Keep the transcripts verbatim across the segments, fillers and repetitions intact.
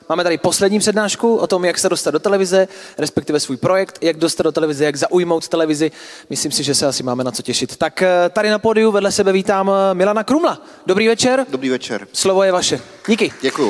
Máme tady poslední přednášku o tom, jak se dostat do televize, respektive svůj projekt, jak dostat do televize, jak zaujmout televizi. Myslím si, že se asi máme na co těšit. Tak tady na pódiu vedle sebe vítám Milana Krumla. Dobrý večer. Dobrý večer. Slovo je vaše. Díky. Děkuju.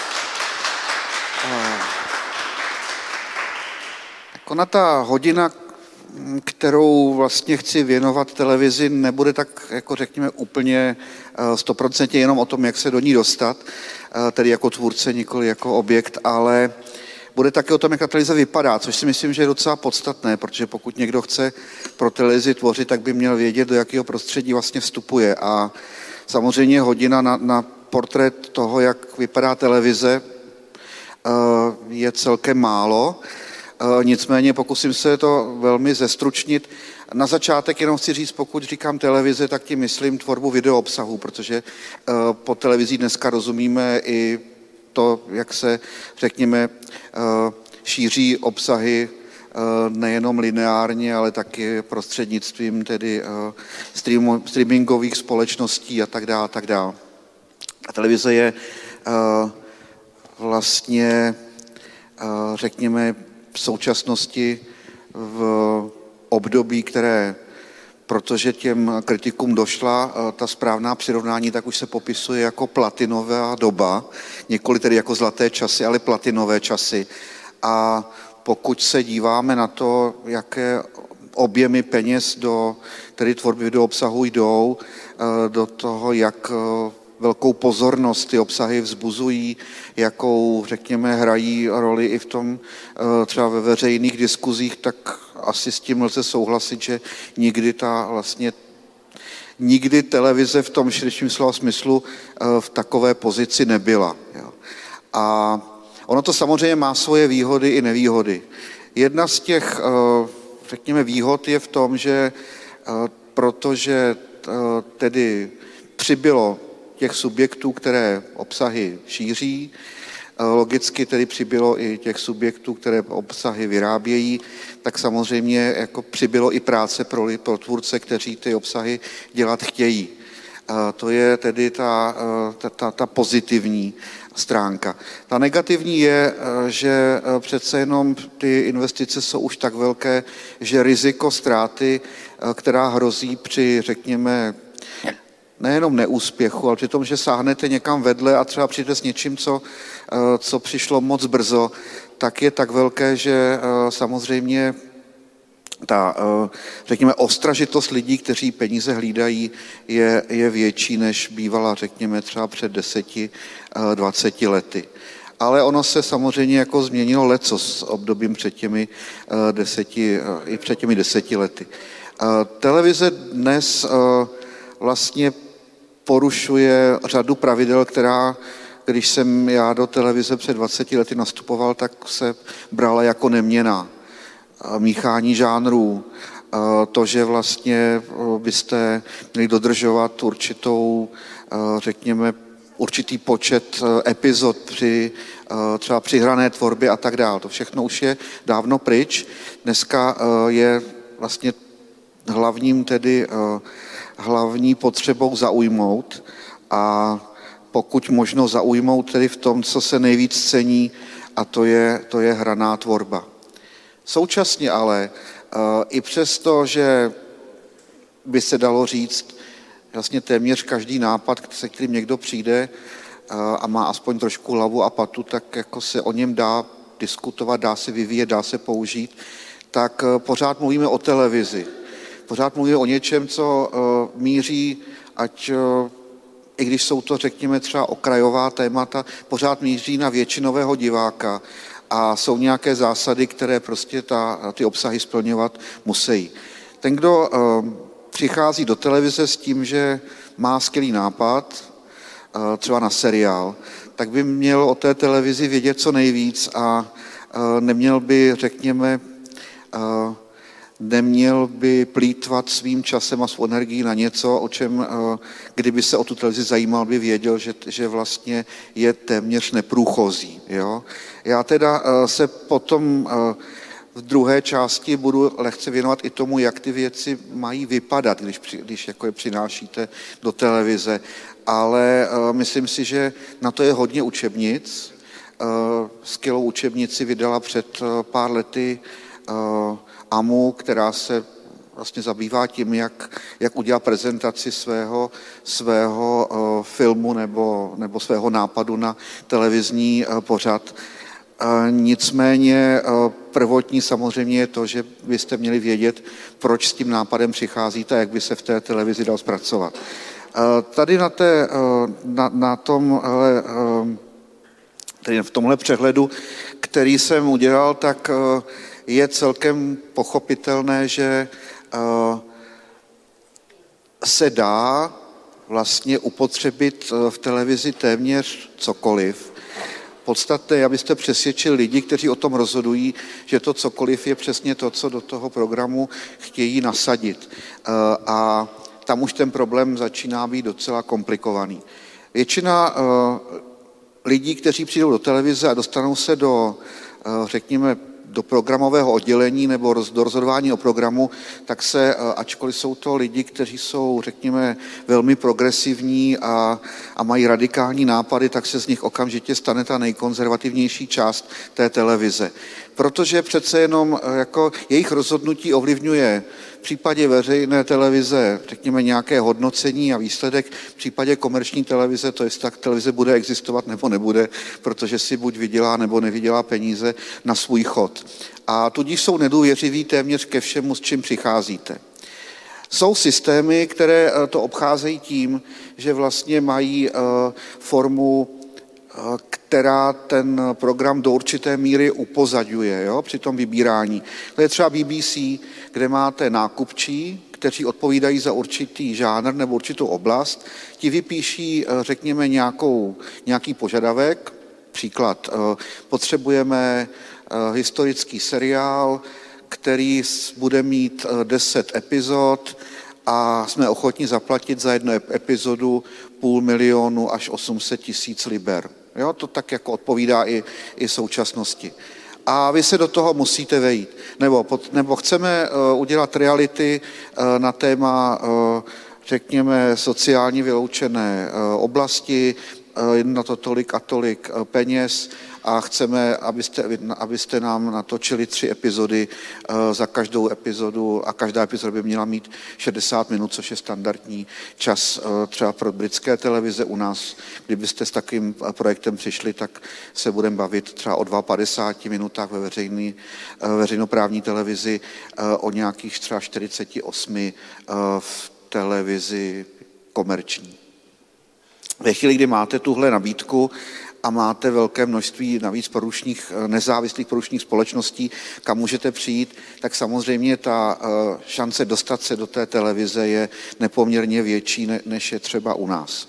Ona ta hodina, kterou vlastně chci věnovat televizi, nebude tak, jako řekněme, úplně stoprocentně jenom o tom, jak se do ní dostat, tedy jako tvůrce, nikoli jako objekt, ale bude také o tom, jak ta televize vypadá, což si myslím, že je docela podstatné, protože pokud někdo chce pro televizi tvořit, tak by měl vědět, do jakého prostředí vlastně vstupuje. A samozřejmě hodina na, na portrét toho, jak vypadá televize, je celkem málo. Nicméně pokusím se to velmi zestručnit. Na začátek jenom chci říct, pokud říkám televize, tak tím myslím tvorbu videoobsahu, protože po televizi dneska rozumíme i to, jak se, řekněme, šíří obsahy nejenom lineárně, ale taky prostřednictvím tedy streamingových společností a tak dále, a tak dále. A televize je vlastně, řekněme, v současnosti v období, které, protože těm kritikům došla ta správná přirovnání, tak už se popisuje jako platinová doba, nikoli tedy jako zlaté časy, ale platinové časy. A pokud se díváme na to, jaké objemy peněz do tedy tvorby videoobsahu jdou, do toho, jak velkou pozornost ty obsahy vzbuzují, jakou, řekněme, hrají roli i v tom třeba ve veřejných diskuzích, tak asi s tím lze souhlasit, že nikdy ta vlastně, nikdy televize v tom širším slova smyslu v takové pozici nebyla. Jo. A ono to samozřejmě má svoje výhody i nevýhody. Jedna z těch, řekněme, výhod je v tom, že protože tedy přibylo těch subjektů, které obsahy šíří, logicky tedy přibylo i těch subjektů, které obsahy vyrábějí, tak samozřejmě jako přibylo i práce pro, pro tvůrce, kteří ty obsahy dělat chtějí. To je tedy ta, ta, ta, ta pozitivní stránka. Ta negativní je, že přece jenom ty investice jsou už tak velké, že riziko ztráty, která hrozí při, řekněme, nejenom neúspěchu, ale při tom, že sáhnete někam vedle a třeba přijdete s něčím, co, co přišlo moc brzo, tak je tak velké, že samozřejmě ta, řekněme, ostražitost lidí, kteří peníze hlídají, je, je větší, než bývala, řekněme, třeba před deseti, dvaceti lety. Ale ono se samozřejmě jako změnilo leco s obdobím před těmi deseti, i před těmi deseti lety. Televize dnes vlastně porušuje řadu pravidel, která, když jsem já do televize před dvaceti lety nastupoval, tak se brala jako neměnná. Míchání žánrů, to, že vlastně byste měli dodržovat určitou, řekněme, určitý počet epizod při třeba při hrané tvorbě a tak dále. To všechno už je dávno pryč. Dneska je vlastně hlavním tedy hlavní potřebou zaujmout a pokud možno zaujmout tedy v tom, co se nejvíc cení, a to je, to je hraná tvorba. Současně ale i přesto, že by se dalo říct, vlastně téměř každý nápad, se kterým někdo přijde a má aspoň trošku hlavu a patu, tak jako se o něm dá diskutovat, dá se vyvíjet, dá se použít, tak pořád mluvíme o televizi. Pořád mluvíme o něčem, co míří, ať i když jsou to, řekněme, třeba okrajová témata, pořád míří na většinového diváka a jsou nějaké zásady, které prostě ta, ty obsahy splňovat musí. Ten, kdo přichází do televize s tím, že má skvělý nápad, třeba na seriál, tak by měl o té televizi vědět co nejvíc a neměl by, řekněme, neměl by plýtvat svým časem a svou energií na něco, o čem, kdyby se o tu televizi zajímal, by věděl, že, že vlastně je téměř neprůchozí. Jo? Já teda se potom v druhé části budu lehce věnovat i tomu, jak ty věci mají vypadat, když, když jako je přinášíte do televize. Ale myslím si, že na to je hodně učebnic skvělou učebnici vydala před pár lety A M U, která se vlastně zabývá tím, jak, jak udělat prezentaci svého, svého filmu nebo, nebo svého nápadu na televizní pořad. Nicméně prvotní samozřejmě je to, že byste měli vědět, proč s tím nápadem přicházíte a jak by se v té televizi dal zpracovat. Tady na, té, na, na tom, tady v tomhle přehledu, který jsem udělal, tak je celkem pochopitelné, že se dá vlastně upotřebit v televizi téměř cokoliv. Podstatné je, abyste přesvědčili lidi, kteří o tom rozhodují, že to cokoliv je přesně to, co do toho programu chtějí nasadit. A tam už ten problém začíná být docela komplikovaný. Většina lidí, kteří přijdou do televize a dostanou se do, řekněme, do programového oddělení nebo do rozhodování o programu, tak se, ačkoliv jsou to lidi, kteří jsou, řekněme, velmi progresivní a, a mají radikální nápady, tak se z nich okamžitě stane ta nejkonzervativnější část té televize. Protože přece jenom jako jejich rozhodnutí ovlivňuje v případě veřejné televize, řekněme, nějaké hodnocení a výsledek, v případě komerční televize, to jest tak televize bude existovat nebo nebude, protože si buď vydělá nebo nevydělá peníze na svůj chod. A tudíž jsou nedůvěřiví téměř ke všemu, s čím přicházíte. Jsou systémy, které to obcházejí tím, že vlastně mají formu, která ten program do určité míry upozaďuje, jo, při tom vybírání. To je třeba B B C, kde máte nákupčí, kteří odpovídají za určitý žánr nebo určitou oblast. Ti vypíší, řekněme, nějakou, nějaký požadavek. Příklad, potřebujeme historický seriál, který bude mít deset epizod a jsme ochotni zaplatit za jednu epizodu půl milionu až osm set tisíc liber. Jo, to tak jako odpovídá i, i současnosti. A vy se do toho musíte vejít. Nebo, nebo chceme uh, udělat reality uh, na téma, uh, řekněme, sociálně vyloučené uh, oblasti, uh, na to tolik a tolik uh, peněz a chceme, abyste, abyste nám natočili tři epizody uh, za každou epizodu a každá epizoda by měla mít šedesát minut, což je standardní čas uh, třeba pro britské televize. U nás, kdybyste s takovým projektem přišli, tak se budeme bavit třeba o padesát dva minutách ve veřejný, uh, veřejnoprávní televizi, uh, o nějakých třeba čtyřicet osm uh, v televizi komerční. Ve chvíli, kdy máte tuhle nabídku, a máte velké množství navíc poručních, nezávislých poručních společností, kam můžete přijít, tak samozřejmě ta šance dostat se do té televize je nepoměrně větší, než je třeba u nás.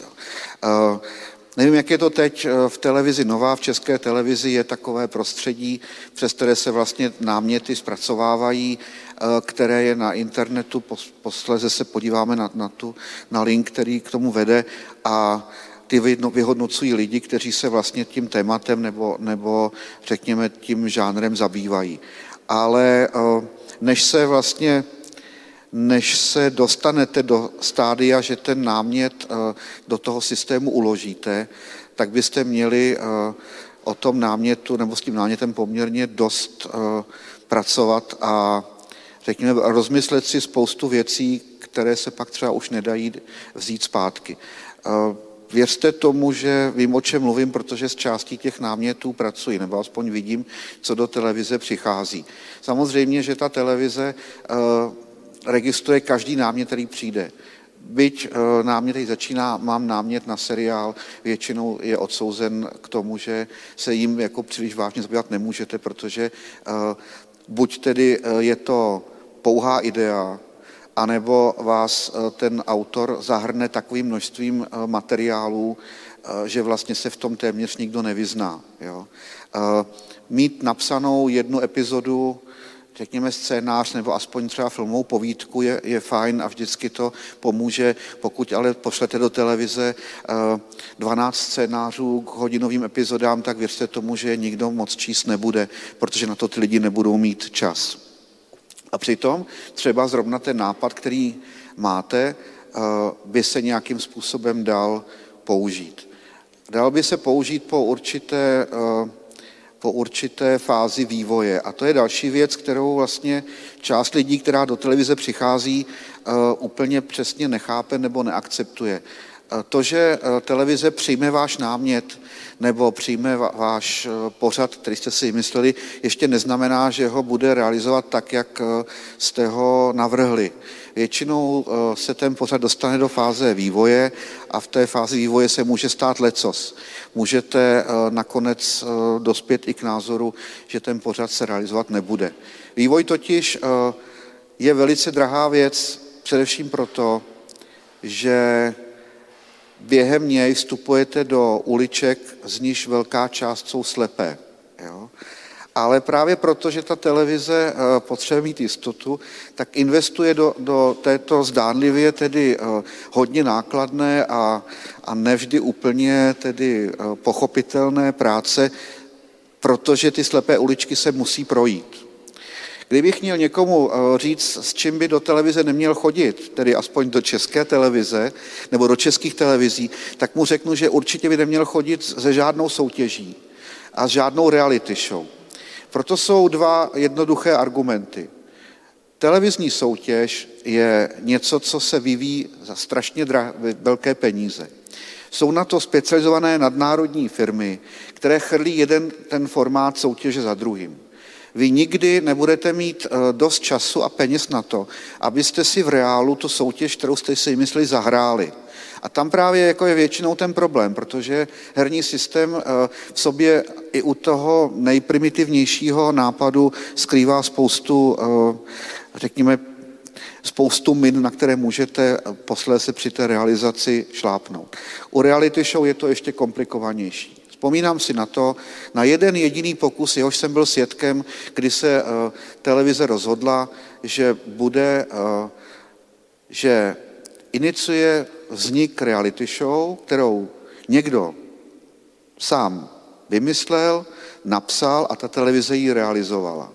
Nevím, jak je to teď v televizi Nova, v České televizi je takové prostředí, přes které se vlastně náměty zpracovávají, které je na internetu, posléze se podíváme na, na, tu, na link, který k tomu vede a ty vyhodnocují lidi, kteří se vlastně tím tématem nebo, nebo řekněme tím žánrem zabývají. Ale než se vlastně, než se dostanete do stádia, že ten námět do toho systému uložíte, tak byste měli o tom námětu nebo s tím námětem poměrně dost pracovat a řekněme rozmyslet si spoustu věcí, které se pak třeba už nedají vzít zpátky. Věřte tomu, že vím, o čem mluvím, protože s částí těch námětů pracuji, nebo aspoň vidím, co do televize přichází. Samozřejmě, že ta televize uh, registruje každý námět, který přijde. Byť uh, námět, který začíná, mám námět na seriál, většinou je odsouzen k tomu, že se jim jako příliš vážně zabývat nemůžete, protože uh, buď tedy uh, je to pouhá idea, anebo vás ten autor zahrne takovým množstvím materiálů, že vlastně se v tom téměř nikdo nevyzná. Jo. Mít napsanou jednu epizodu, řekněme scénář nebo aspoň třeba filmovou povídku je, je fajn a vždycky to pomůže. Pokud ale pošlete do televize dvanáct scénářů k hodinovým epizodám, tak věřte tomu, že nikdo moc číst nebude, protože na to ty lidi nebudou mít čas. A přitom třeba zrovna ten nápad, který máte, by se nějakým způsobem dal použít. dal by se použít po určité, po určité fázi vývoje. A to je další věc, kterou vlastně část lidí, která do televize přichází, úplně přesně nechápe nebo neakceptuje. To, že televize přijme váš námět nebo přijme váš pořad, který jste si mysleli, ještě neznamená, že ho bude realizovat tak, jak jste ho navrhli. Většinou se ten pořad dostane do fáze vývoje a v té fázi vývoje se může stát lecos. Můžete nakonec dospět i k názoru, že ten pořad se realizovat nebude. Vývoj totiž je velice drahá věc, především proto, že během něj vstupujete do uliček, z níž velká část jsou slepé. Jo? Ale právě proto, že ta televize potřebuje mít jistotu, tak investuje do, do této zdánlivě tedy hodně nákladné a, a nevždy úplně tedy pochopitelné práce, protože ty slepé uličky se musí projít. Kdybych měl někomu říct, s čím by do televize neměl chodit, tedy aspoň do české televize nebo do českých televizí, tak mu řeknu, že určitě by neměl chodit se žádnou soutěží a s žádnou reality show. Proto jsou dva jednoduché argumenty. Televizní soutěž je něco, co se vyvíjí za strašně drahé, velké peníze. Jsou na to specializované nadnárodní firmy, které chrlí jeden ten formát soutěže za druhým. Vy nikdy nebudete mít dost času a peněz na to, abyste si v reálu tu soutěž, kterou jste si mysleli, zahráli. A tam právě jako je většinou ten problém, protože herní systém v sobě i u toho nejprimitivnějšího nápadu skrývá spoustu, řekněme, spoustu min, na které můžete posléze při té realizaci šlápnout. U reality show je to ještě komplikovanější. Vzpomínám si na to, na jeden jediný pokus, jehož jsem byl svědkem, kdy se uh, televize rozhodla, že bude, uh, že iniciuje vznik reality show, kterou někdo sám vymyslel, napsal a ta televize ji realizovala.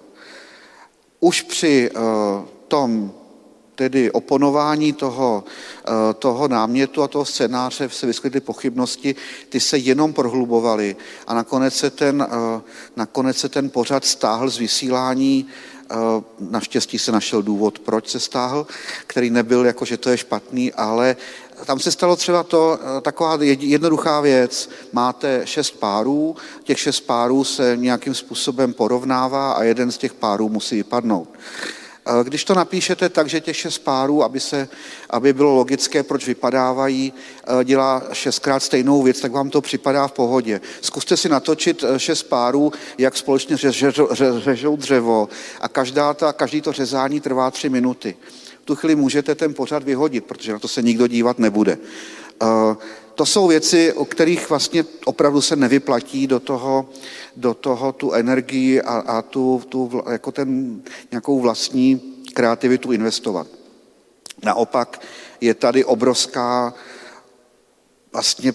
Už při uh, tom tedy oponování toho, toho námětu a toho scénáře se vyskytly pochybnosti, ty se jenom prohlubovaly a nakonec se ten, nakonec se ten pořad stáhl z vysílání. Naštěstí se našel důvod, proč se stáhl, který nebyl jako, že to je špatný, ale tam se stalo třeba to, taková jednoduchá věc. Máte šest párů, těch šest párů se nějakým způsobem porovnává a jeden z těch párů musí vypadnout. Když to napíšete tak, že těch šest párů, aby, se, aby bylo logické, proč vypadávají, dělá šestkrát stejnou věc, tak vám to připadá v pohodě. Zkuste si natočit šest párů, jak společně řežou dřevo a každá ta, každý to řezání trvá tři minuty. V tu chvíli můžete ten pořad vyhodit, protože na to se nikdo dívat nebude. To jsou věci, o kterých vlastně opravdu se nevyplatí do toho, do toho tu energii a, a tu, tu jako ten nějakou vlastní kreativitu investovat. Naopak je tady obrovská vlastně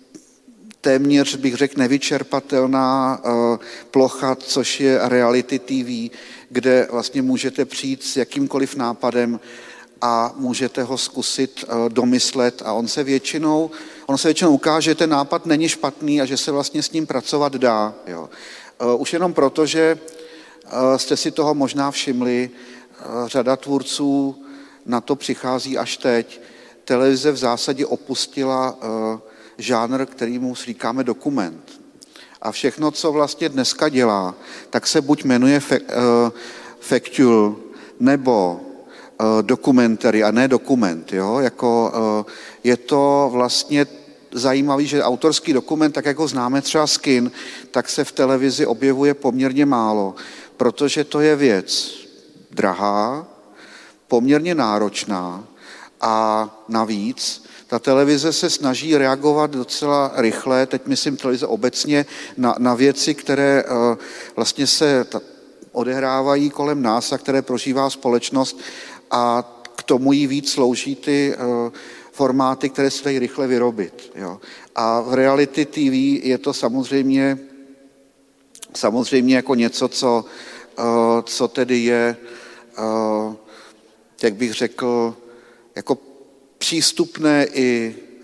téměř bych řekl nevyčerpatelná uh, plocha, což je reality T V, kde vlastně můžete přijít s jakýmkoliv nápadem a můžete ho zkusit uh, domyslet a on se většinou, on se většinou ukáže, že ten nápad není špatný a že se vlastně s ním pracovat dá. Jo. Uh, už jenom proto, že uh, jste si toho možná všimli, uh, řada tvůrců na to přichází až teď. Televize v zásadě opustila uh, žánr, kterýmu říkáme dokument. A všechno, co vlastně dneska dělá, tak se buď jmenuje fe, uh, factual nebo uh, documentary a ne dokument. Jo? Jako, uh, je to vlastně zajímavý, že autorský dokument, tak jako známe třeba Skin, tak se v televizi objevuje poměrně málo, protože to je věc drahá, poměrně náročná a navíc ta televize se snaží reagovat docela rychle, teď myslím televize obecně, na, na věci, které uh, vlastně se ta, odehrávají kolem nás a které prožívá společnost a k tomu jí víc slouží ty uh, formáty, které se dají rychle vyrobit. Jo. A v reality T V je to samozřejmě, samozřejmě jako něco, co, uh, co tedy je, uh, jak bych řekl, jako přístupné i z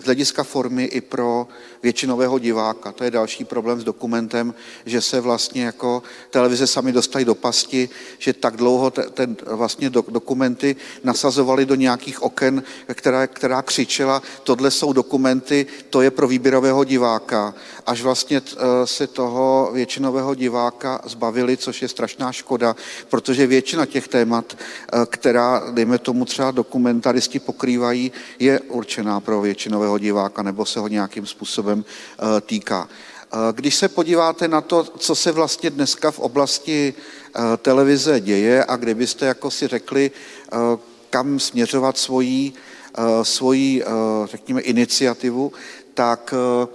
z hlediska formy i pro většinového diváka. To je další problém s dokumentem, že se vlastně jako televize sami dostali do pasti, že tak dlouho te, ten vlastně do, dokumenty nasazovali do nějakých oken, která, která křičela, tohle jsou dokumenty, to je pro výběrového diváka. Až vlastně se toho většinového diváka zbavili, což je strašná škoda, protože většina těch témat, která, dejme tomu třeba dokumentaristi pokrývají, je určená pro většinového diváka nebo se ho nějakým způsobem týká. Když se podíváte na to, co se vlastně dneska v oblasti televize děje a kdybyste jako si řekli, kam směřovat svoji, svoji řekněme, iniciativu, tak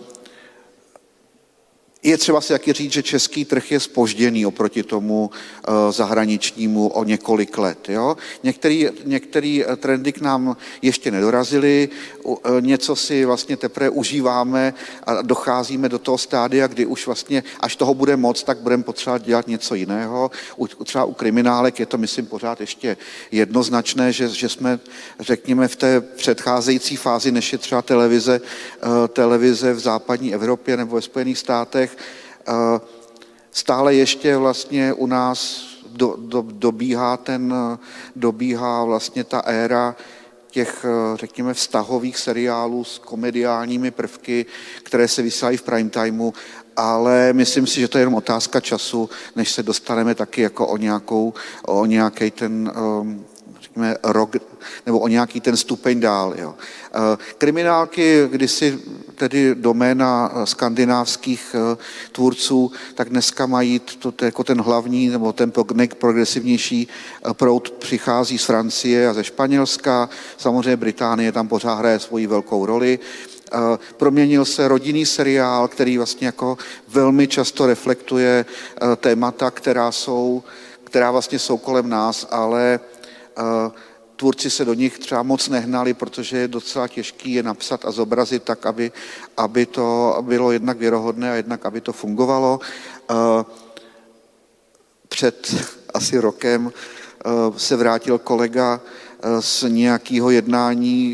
je třeba si taky říct, že český trh je zpožděný oproti tomu zahraničnímu o několik let. Jo? Některý, některý trendy k nám ještě nedorazily, něco si vlastně teprve užíváme a docházíme do toho stádia, kdy už vlastně, až toho bude moc, tak budeme potřebovat dělat něco jiného. U, třeba u kriminálek je to, myslím, pořád ještě jednoznačné, že, že jsme, řekněme, v té předcházející fázi, než je třeba televize, televize v západní Evropě nebo ve Spojených státech, stále ještě vlastně u nás do, do, dobíhá, ten, dobíhá vlastně ta éra těch, řekněme, vztahových seriálů s komediálními prvky, které se vysílají v prime timeu, ale myslím si, že to je jenom otázka času, než se dostaneme taky jako o nějakou, o nějaký ten, řekněme, rok, nebo o nějaký ten stupeň dál. Jo. Kriminálky, kdysi tedy doména skandinávských tvůrců, tak dneska mají to, to jako ten hlavní nebo ten progresivnější proud přichází z Francie a ze Španělska. Samozřejmě Británie tam pořád hraje svoji velkou roli. Proměnil se rodinný seriál, který vlastně jako velmi často reflektuje témata, která jsou, která vlastně jsou kolem nás, ale tvůrci se do nich třeba moc nehnali, protože je docela těžký je napsat a zobrazit tak, aby, aby to bylo jednak věrohodné a jednak, aby to fungovalo. Před asi rokem se vrátil kolega z nějakého jednání,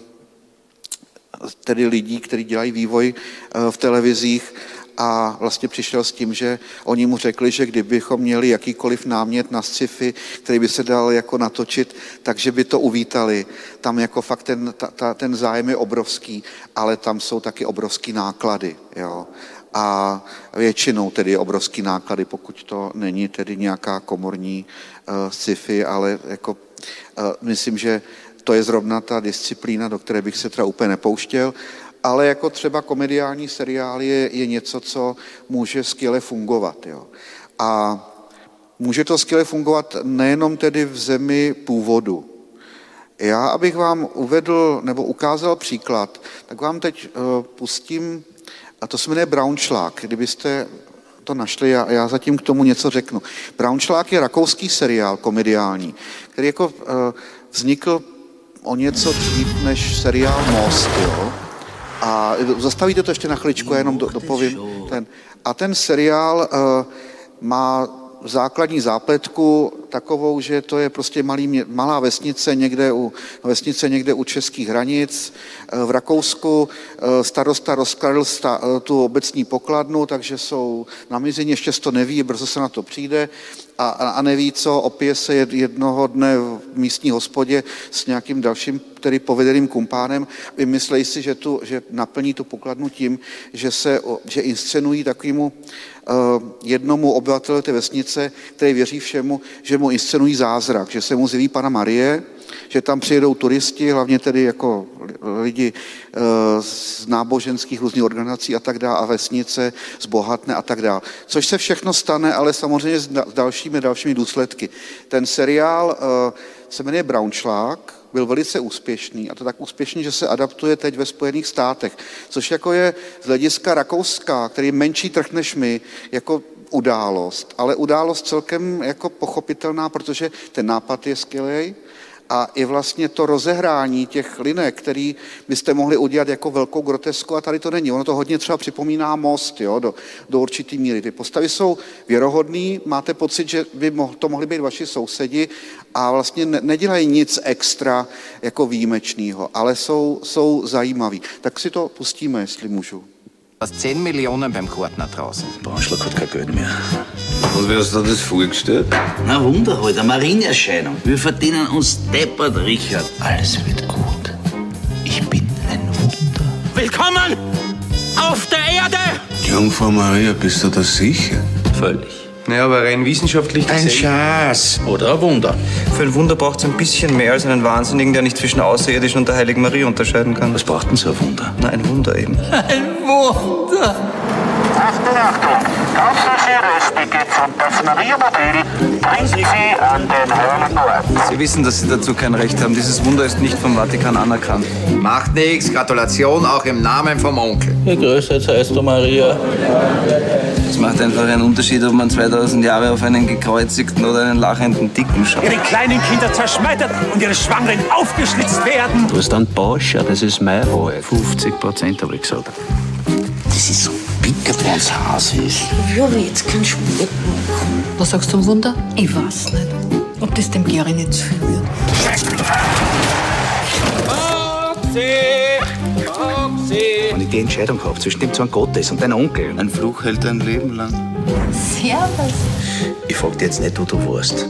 tedy lidí, kteří dělají vývoj v televizích, a vlastně přišel s tím, že oni mu řekli, že kdybychom měli jakýkoliv námět na sci-fi, který by se dal jako natočit, takže by to uvítali. Tam jako fakt ten, ta, ta, ten zájem je obrovský, ale tam jsou taky obrovský náklady. Jo. A většinou tedy obrovský náklady, pokud to není tedy nějaká komorní uh, sci-fi, ale jako uh, myslím, že to je zrovna ta disciplína, do které bych se teda úplně nepouštěl, ale jako třeba komediální seriál je, je něco, co může skvěle fungovat. Jo. A může to skvěle fungovat nejenom tedy v zemi původu. Já, abych vám uvedl nebo ukázal příklad, tak vám teď uh, pustím, a to se jmenuje Braunschlag, kdybyste to našli, já, já zatím k tomu něco řeknu. Braunschlag je rakouský seriál komediální, který jako uh, vznikl o něco dřív než seriál Most, jo. A zastavíte to ještě na chviličku, já jenom do, dopovím. Ten. A ten seriál uh, má základní zápletku takovou, že to je prostě malý, malá vesnice někde, u, vesnice někde u českých hranic. V Rakousku starosta rozkradl sta, tu obecní pokladnu, takže jsou na mizení, ještě to neví, brzo se na to přijde a, a neví co, opije se jednoho dne v místní hospodě s nějakým dalším, tedy povedeným kumpánem, vymyslejí si, že, tu, že naplní tu pokladnu tím, že, se, že inscenují takovému jednomu obyvateli té vesnice, který věří všemu, že mu inscenují zázrak, že se mu zjeví Panna Marie, že tam přijedou turisti, hlavně tedy jako lidi z náboženských různých organizací a tak dále, a vesnice zbohatne a tak dále. Což se všechno stane, ale samozřejmě s dalšími dalšími důsledky. Ten seriál se jmenuje Braunschlag, byl velice úspěšný, a to tak úspěšný, že se adaptuje teď ve Spojených státech, což jako je z hlediska Rakouska, který je menší trh než my, jako událost, ale událost celkem jako pochopitelná, protože ten nápad je skvělý A i vlastně to rozehrání těch linek, který byste mohli udělat jako velkou grotesku, a tady to není. Ono to hodně třeba připomíná Most, jo, do, do určitý míry. Ty postavy jsou věrohodný, máte pocit, že by to mohli být vaši sousedi a vlastně ne, nedělají nic extra jako výjimečného, ale jsou, jsou zajímaví. Tak si to pustíme, jestli můžu. Was zehn Millionen beim Kartner draußen. Braunschlag hat kein Geld mehr. Und wie hast du das vorgestellt? Na Wunder halt, eine Marienerscheinung. Wir verdienen uns deppert, Richard. Alles wird gut. Ich bin ein Wunder. Willkommen auf der Erde! Jungfrau Maria, bist du da sicher? Völlig. Naja, aber rein wissenschaftlich Ein gesehen... Schatz oder ein Wunder. Für ein Wunder braucht es ein bisschen mehr als einen Wahnsinnigen, der nicht zwischen Außerirdischen und der Heiligen Maria unterscheiden kann. Was braucht denn so ein Wunder? Na, ein Wunder eben. Ein Wunder! Achtung, Achtung! Das ist Ihr Restticket von das Maria-Mobil. Bringen Sie an den Heiligen Ort. Sie wissen, dass Sie dazu kein Recht haben. Dieses Wunder ist nicht vom Vatikan anerkannt. Macht nichts, Gratulation auch im Namen vom Onkel. Ja, grüß, jetzt heißt du Maria. Es macht einfach einen Unterschied, ob man zweitausend Jahre auf einen gekreuzigten oder einen lachenden Dicken schaut. Ihre kleinen Kinder zerschmettert und ihre Schwangeren aufgeschlitzt werden. Du hast einen Bauscher, das ist meine Wahrheit. fünfzig Prozent habe ich gesagt. Das ist so pickert, wenn es heiß ist. Ja, aber jetzt kein Sport machen. Was sagst du zum Wunder? Ich weiß nicht. Ob das dem Geri nicht zu viel wird. Wenn ich die Entscheidung habe zwischen dem Zorn Gottes und deinem Onkel. Ein Fluch hält ein Leben lang. Servus. Ich frag dich jetzt nicht, wo du warst.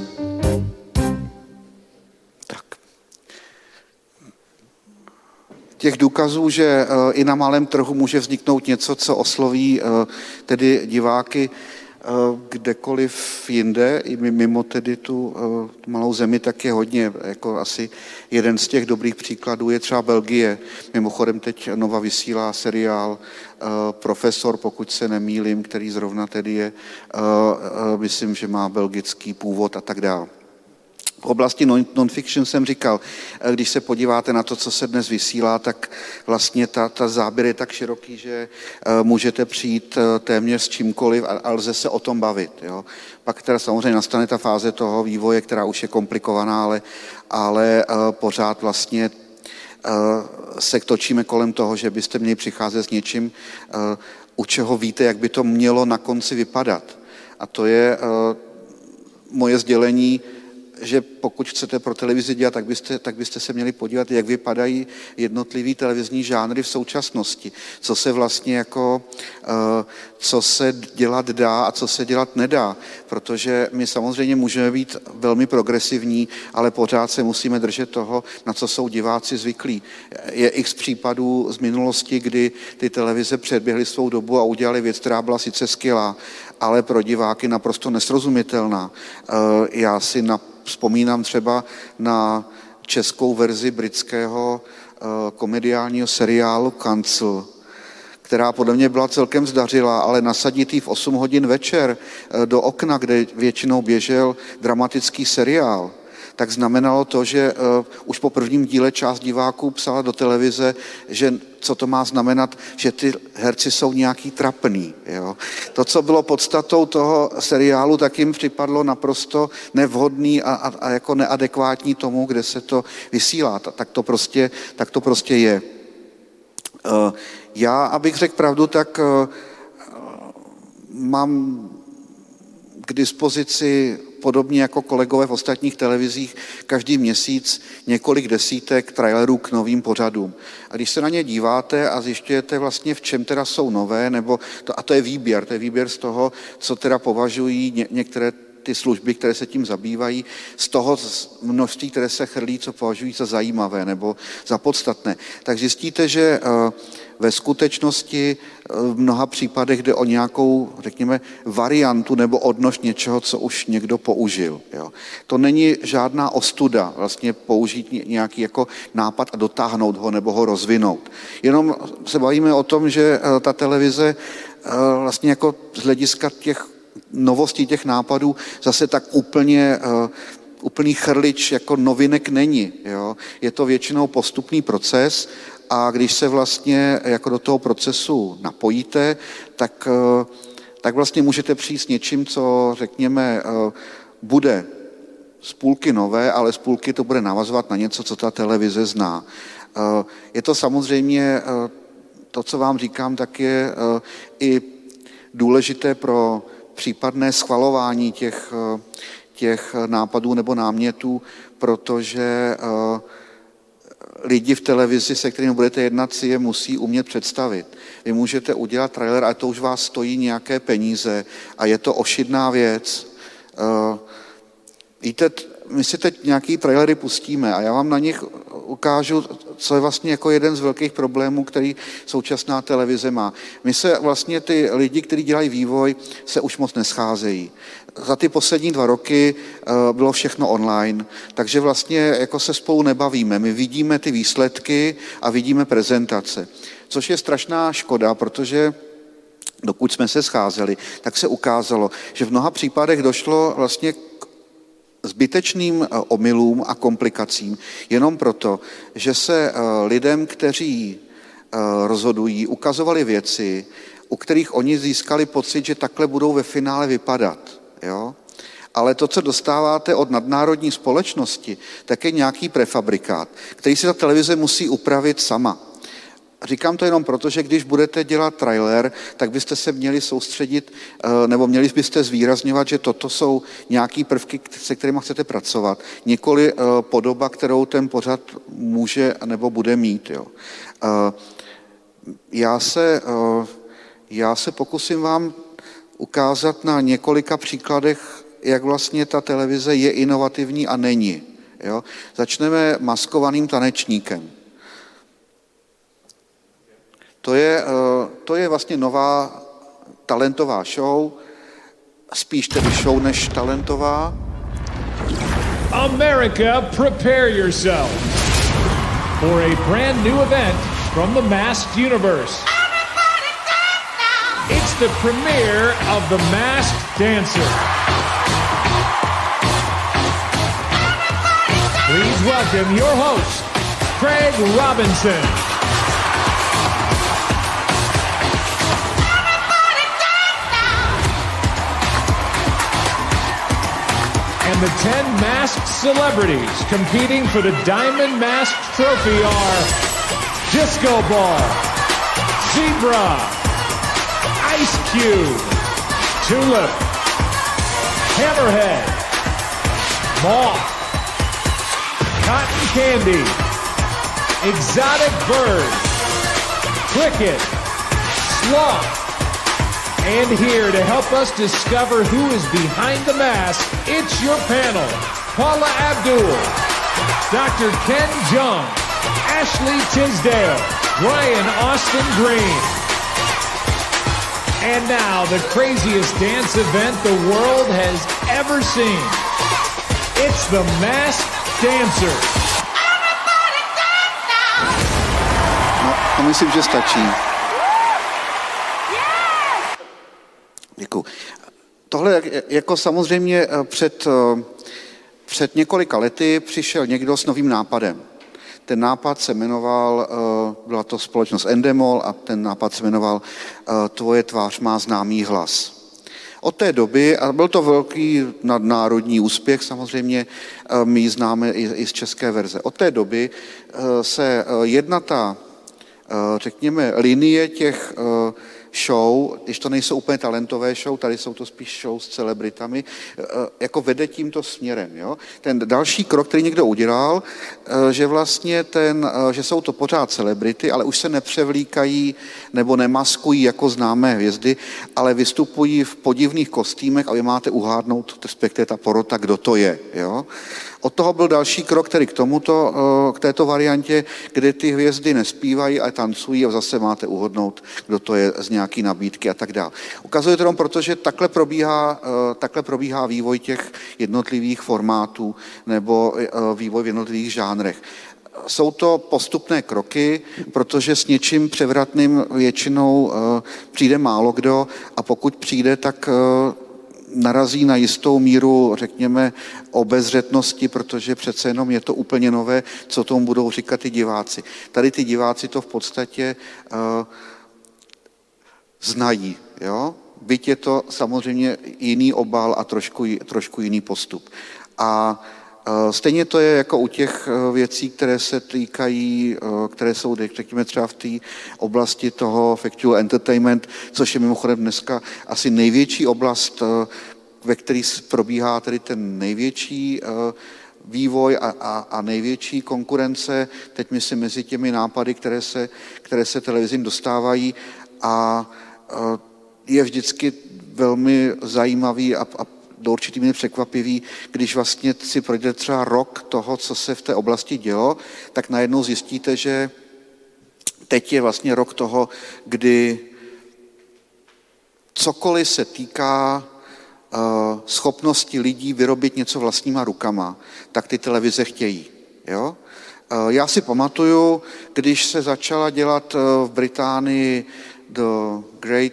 Těch důkazů, že i na malém trhu může vzniknout něco, co osloví tedy diváky kdekoliv jinde, i mimo tedy tu, tu malou zemi, tak je hodně. Jako asi jeden z těch dobrých příkladů je třeba Belgie. Mimochodem teď Nova vysílá seriál Profesor, pokud se nemýlím, který zrovna tedy je, myslím, že má belgický původ a tak dále. V oblasti non-fiction jsem říkal, když se podíváte na to, co se dnes vysílá, tak vlastně ta, ta záběr je tak široký, že můžete přijít téměř s čímkoliv a, a lze se o tom bavit. Jo. Pak teda samozřejmě nastane ta fáze toho vývoje, která už je komplikovaná, ale, ale pořád vlastně se točíme kolem toho, že byste měli přicházet s něčím, u čeho víte, jak by to mělo na konci vypadat. A to je moje sdělení, že pokud chcete pro televizi dělat, tak byste, tak byste se měli podívat, jak vypadají jednotlivý televizní žánry v současnosti. Co se vlastně jako, co se dělat dá a co se dělat nedá. Protože my samozřejmě můžeme být velmi progresivní, ale pořád se musíme držet toho, na co jsou diváci zvyklí. Je x případů z minulosti, kdy ty televize předběhly svou dobu a udělali věc, která byla sice skvělá, ale pro diváky naprosto nesrozumitelná. Já si na vzpomínám třeba na českou verzi britského uh, komediálního seriálu Cancel, která podle mě byla celkem zdařilá, ale nasadit ji v osm hodin večer uh, do okna, kde většinou běžel dramatický seriál, tak znamenalo to, že uh, už po prvním díle část diváků psala do televize, že co to má znamenat, že ty herci jsou nějaký trapný. Jo. To, co bylo podstatou toho seriálu, tak jim připadlo naprosto nevhodný a, a, a jako neadekvátní tomu, kde se to vysílá. Tak to prostě, tak to prostě je. Uh, já, abych řekl pravdu, tak uh, mám k dispozici podobně jako kolegové v ostatních televizích každý měsíc několik desítek trailerů k novým pořadům. A když se na ně díváte a zjišťujete vlastně, v čem teda jsou nové, nebo to, a to je výběr, to je výběr z toho, co teda považují ně, některé ty služby, které se tím zabývají, z toho množství, které se chrlí, co považují za zajímavé nebo za podstatné, tak zjistíte, že ve skutečnosti v mnoha případech jde o nějakou, řekněme, variantu nebo odnož něčeho, co už někdo použil. Jo. To není žádná ostuda vlastně použít nějaký jako nápad a dotáhnout ho nebo ho rozvinout. Jenom se bavíme o tom, že ta televize vlastně jako z hlediska těch novostí, těch nápadů zase tak úplně úplný chrlič jako novinek není. Jo. Je to většinou postupný proces a když se vlastně jako do toho procesu napojíte, tak, tak vlastně můžete přijít s něčím, co řekněme bude z půlky nové, ale z půlky to bude navazovat na něco, co ta televize zná. Je to samozřejmě, to, co vám říkám, tak je i důležité pro případné schvalování těch, těch nápadů nebo námětů, protože lidi v televizi, se kterými budete jednat, si je musí umět představit. Vy můžete udělat trailer, ale to už vás stojí nějaké peníze a je to ošidná věc. Víte, my si teď nějaký trailery pustíme a já vám na nich ukážu, co je vlastně jako jeden z velkých problémů, který současná televize má. My se vlastně ty lidi, kteří dělají vývoj, se už moc nescházejí. Za ty poslední dva roky bylo všechno online, takže vlastně jako se spolu nebavíme. My vidíme ty výsledky a vidíme prezentace, což je strašná škoda, protože dokud jsme se scházeli, tak se ukázalo, že v mnoha případech došlo vlastně zbytečným omylům a komplikacím jenom proto, že se lidem, kteří rozhodují, ukazovali věci, u kterých oni získali pocit, že takhle budou ve finále vypadat. Jo? Ale to, co dostáváte od nadnárodní společnosti, tak je nějaký prefabrikát, který si ta televize musí upravit sama. Říkám to jenom proto, že když budete dělat trailer, tak byste se měli soustředit, nebo měli byste zvýrazňovat, že toto jsou nějaký prvky, se kterými chcete pracovat. Nikoli podoba, kterou ten pořad může nebo bude mít. Jo. Já se, já se pokusím vám ukázat na několika příkladech, jak vlastně ta televize je inovativní a není. Jo. Začneme maskovaným tanečníkem. To je, to je vlastně nová talentová show, spíš tedy show než talentová. America, prepare yourself for a brand new event from the Masked Universe. It's the premiere of The Masked Dancer. Please welcome your host, Craig Robinson. And the ten masked celebrities competing for the Diamond Masked Trophy are Disco Ball, Zebra, Ice Cube, Tulip, Hammerhead, Moth, Cotton Candy, Exotic Bird, Cricket, Sloth. And here to help us discover who is behind the mask, it's your panel, Paula Abdul, Doctor Ken Jeong, Ashley Tisdale, Brian Austin Green. And now the craziest dance event the world has ever seen. It's the Masked Dancer. No, to myslím, že stačí. Děkuju. Tohle jako samozřejmě před, před několika lety přišel někdo s novým nápadem. Ten nápad se jmenoval, byla to společnost Endemol a ten nápad se jmenoval Tvoje tvář má známý hlas. Od té doby, a byl to velký nadnárodní úspěch, samozřejmě my ji známe i z české verze, od té doby se jedna ta, řekněme, linie těch show, když to nejsou úplně talentové show, tady jsou to spíš show s celebritami, jako vede tímto směrem. Jo? Ten další krok, který někdo udělal, že vlastně ten, že jsou to pořád celebrity, ale už se nepřevlíkají nebo nemaskují jako známé hvězdy, ale vystupují v podivných kostýmech a vy máte uhádnout, respektive ta porota, kdo to je. Jo? Od toho byl další krok, který k tomuto, k této variantě, kde ty hvězdy nespívají a tancují a zase máte uhodnout, kdo to je z nějaký nabídky a tak dále. Ukazuje to jenom proto, že takhle probíhá, takhle probíhá vývoj těch jednotlivých formátů nebo vývoj v jednotlivých žánrech. Jsou to postupné kroky, protože s něčím převratným většinou přijde málo kdo a pokud přijde, tak narazí na jistou míru, řekněme, obezřetnosti, protože přece jenom je to úplně nové, co tomu budou říkat ty diváci. Tady ty diváci to v podstatě uh, znají, jo? Byť je to samozřejmě jiný obal a trošku, trošku jiný postup. A stejně to je jako u těch věcí, které se týkají, které jsou, řekněme, třeba v té oblasti toho factual entertainment, což je mimochodem dneska asi největší oblast, ve které probíhá tedy ten největší vývoj a, a, a největší konkurence, teď myslím mezi těmi nápady, které se, které se televizím dostávají, a je vždycky velmi zajímavý a, a do určitý míry překvapivý, když vlastně si projde třeba rok toho, co se v té oblasti dělo, tak najednou zjistíte, že teď je vlastně rok toho, kdy cokoliv se týká uh, schopnosti lidí vyrobit něco vlastníma rukama, tak ty televize chtějí. Jo? Uh, já si pamatuju, když se začala dělat uh, v Británii The Great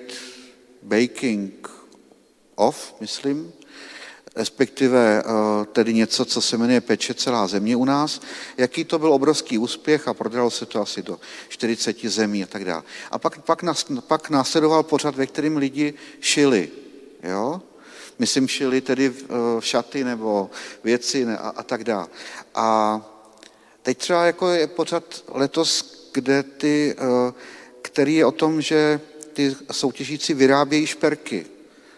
Baking Off, myslím, respektive tedy něco, co se jmenuje Peče celá země u nás, jaký to byl obrovský úspěch a prodalo se to asi do čtyřiceti zemí a tak dále. A pak, pak, nás, pak následoval pořad, ve kterém lidi šili, jo? Myslím, šili tedy šaty nebo věci a, a tak dále. A teď třeba jako je pořad letos, kde ty, který je o tom, že ty soutěžící vyrábějí šperky,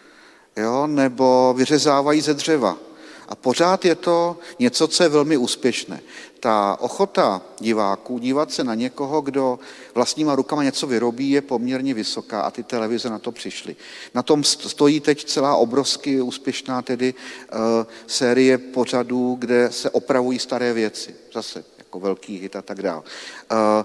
jo, nebo vyřezávají ze dřeva. A pořád je to něco, co je velmi úspěšné. Ta ochota diváků dívat se na někoho, kdo vlastníma rukama něco vyrobí, je poměrně vysoká a ty televize na to přišly. Na tom stojí teď celá obrovsky úspěšná tedy uh, série pořadů, kde se opravují staré věci. Zase jako velký hit a tak dále. Uh,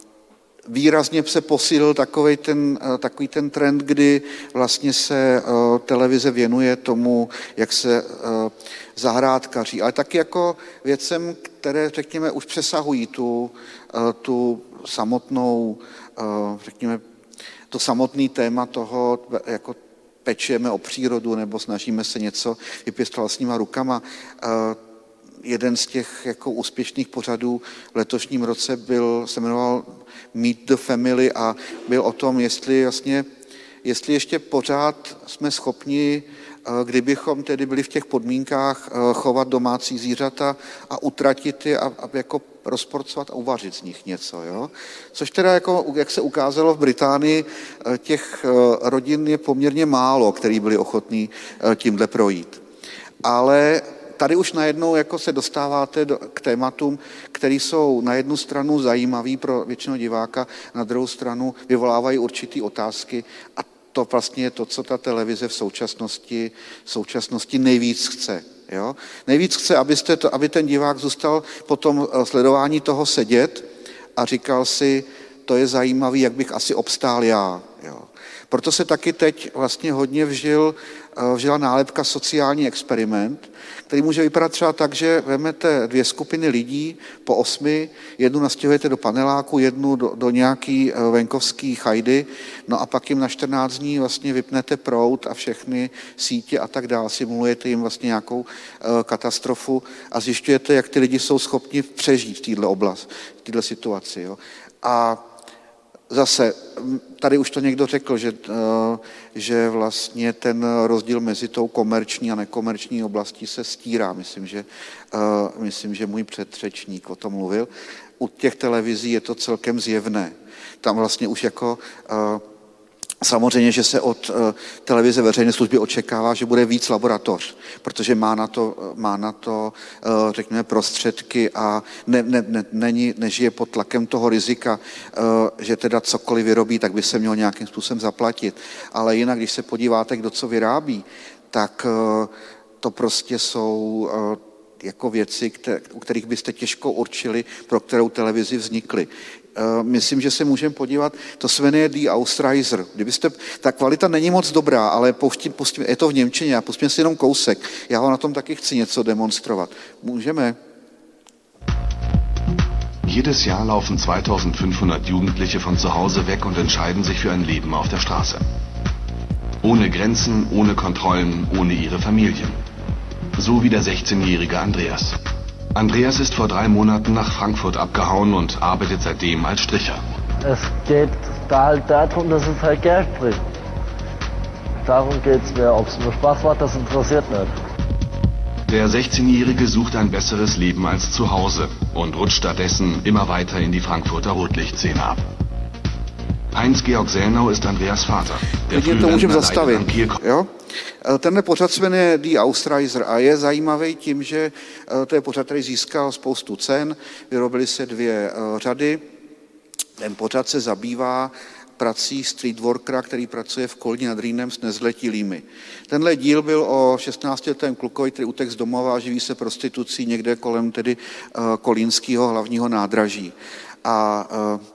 Výrazně se posílil takový ten, takový ten trend, kdy vlastně se uh, televize věnuje tomu, jak se uh, zahrádkaří, ale taky jako věcem, které, řekněme, už přesahují tu, uh, tu samotnou, uh, řekněme, to samotný téma toho, jako pečeme o přírodu nebo snažíme se něco vypěstovat vlastníma rukama. Uh, Jeden z těch jako úspěšných pořadů v letošním roce byl, se jmenoval Meet the Family a byl o tom, jestli, vlastně, jestli ještě pořád jsme schopni, kdybychom tedy byli v těch podmínkách, chovat domácí zvířata a utratit je a, a jako rozporcovat a uvařit z nich něco. Jo? Což teda, jako, jak se ukázalo v Británii, těch rodin je poměrně málo, který byli ochotní tímhle projít. Ale tady už najednou jako se dostáváte do, k tématům, které jsou na jednu stranu zajímavý pro většinu diváka, na druhou stranu vyvolávají určitý otázky a to vlastně je to, co ta televize v současnosti, v současnosti nejvíc chce. Jo? Nejvíc chce, abyste to, aby ten divák zůstal po tom sledování toho sedět a říkal si, to je zajímavý, jak bych asi obstál já. Jo? Proto se taky teď vlastně hodně vžil, vžila nálepka sociální experiment, který může vypadat třeba tak, že vezmete dvě skupiny lidí po osmi, jednu nastěhujete do paneláku, jednu do, do nějaký venkovský chajdy, no a pak jim na čtrnáct dní vlastně vypnete proud a všechny sítě a tak dále, simulujete jim vlastně nějakou uh, katastrofu a zjišťujete, jak ty lidi jsou schopni přežít v této oblasti, v této situaci. Jo. A zase, tady už to někdo řekl, že, že vlastně ten rozdíl mezi tou komerční a nekomerční oblastí se stírá. Myslím, že, myslím, že můj předřečník o tom mluvil. U těch televizí je to celkem zjevné. Tam vlastně už jako samozřejmě, že se od televize veřejné služby očekává, že bude víc laboratoř, protože má na to, má na to řekněme, prostředky a ne, ne, ne, není, nežije pod tlakem toho rizika, že teda cokoliv vyrobí, tak by se mělo nějakým způsobem zaplatit. Ale jinak, když se podíváte, kdo co vyrábí, tak to prostě jsou jako věci, které, u kterých byste těžko určili, pro kterou televizi vznikly. Myslím, že se můžeme podívat, to se jmenuje Die Ausreiser. Kdybyste, ta kvalita není moc dobrá, ale pustím, pustím, je to v němčině, a pustím si jenom kousek. Já ho na tom taky chci něco demonstrovat. Můžeme? Jedes Jahr laufen zweitausendfünfhundert Jugendliche von zu Hause weg und entscheiden sich für ein Leben auf der Straße. Ohne Grenzen, ohne Kontrollen, ohne ihre Familien. So wie der sechzehnjährige Andreas. Andreas ist vor drei Monaten nach Frankfurt abgehauen und arbeitet seitdem als Stricher. Es geht da halt darum, dass es halt Geld bringt. Darum geht's mir. Ob es mir Spaß macht, das interessiert nicht. Der sechzehnjährige sucht ein besseres Leben als zu Hause und rutscht stattdessen immer weiter in die Frankfurter Rotlichtszene ab. Heinz-Georg Selnau ist Andreas Vater. Klidně to můžeme zastavit. Jo? Tenhle pořad se jmenuje The Australizer a je zajímavý tím, že to je pořad, který získal spoustu cen, vyrobily se dvě řady. Ten pořad se zabývá prací streetworkera, který pracuje v Kolíně nad Rýnem s nezletilými. Tenhle díl byl o šestnáctiletém klukovi, který utek z domova a živí se prostitucí někde kolem tedy kolínského hlavního nádraží. A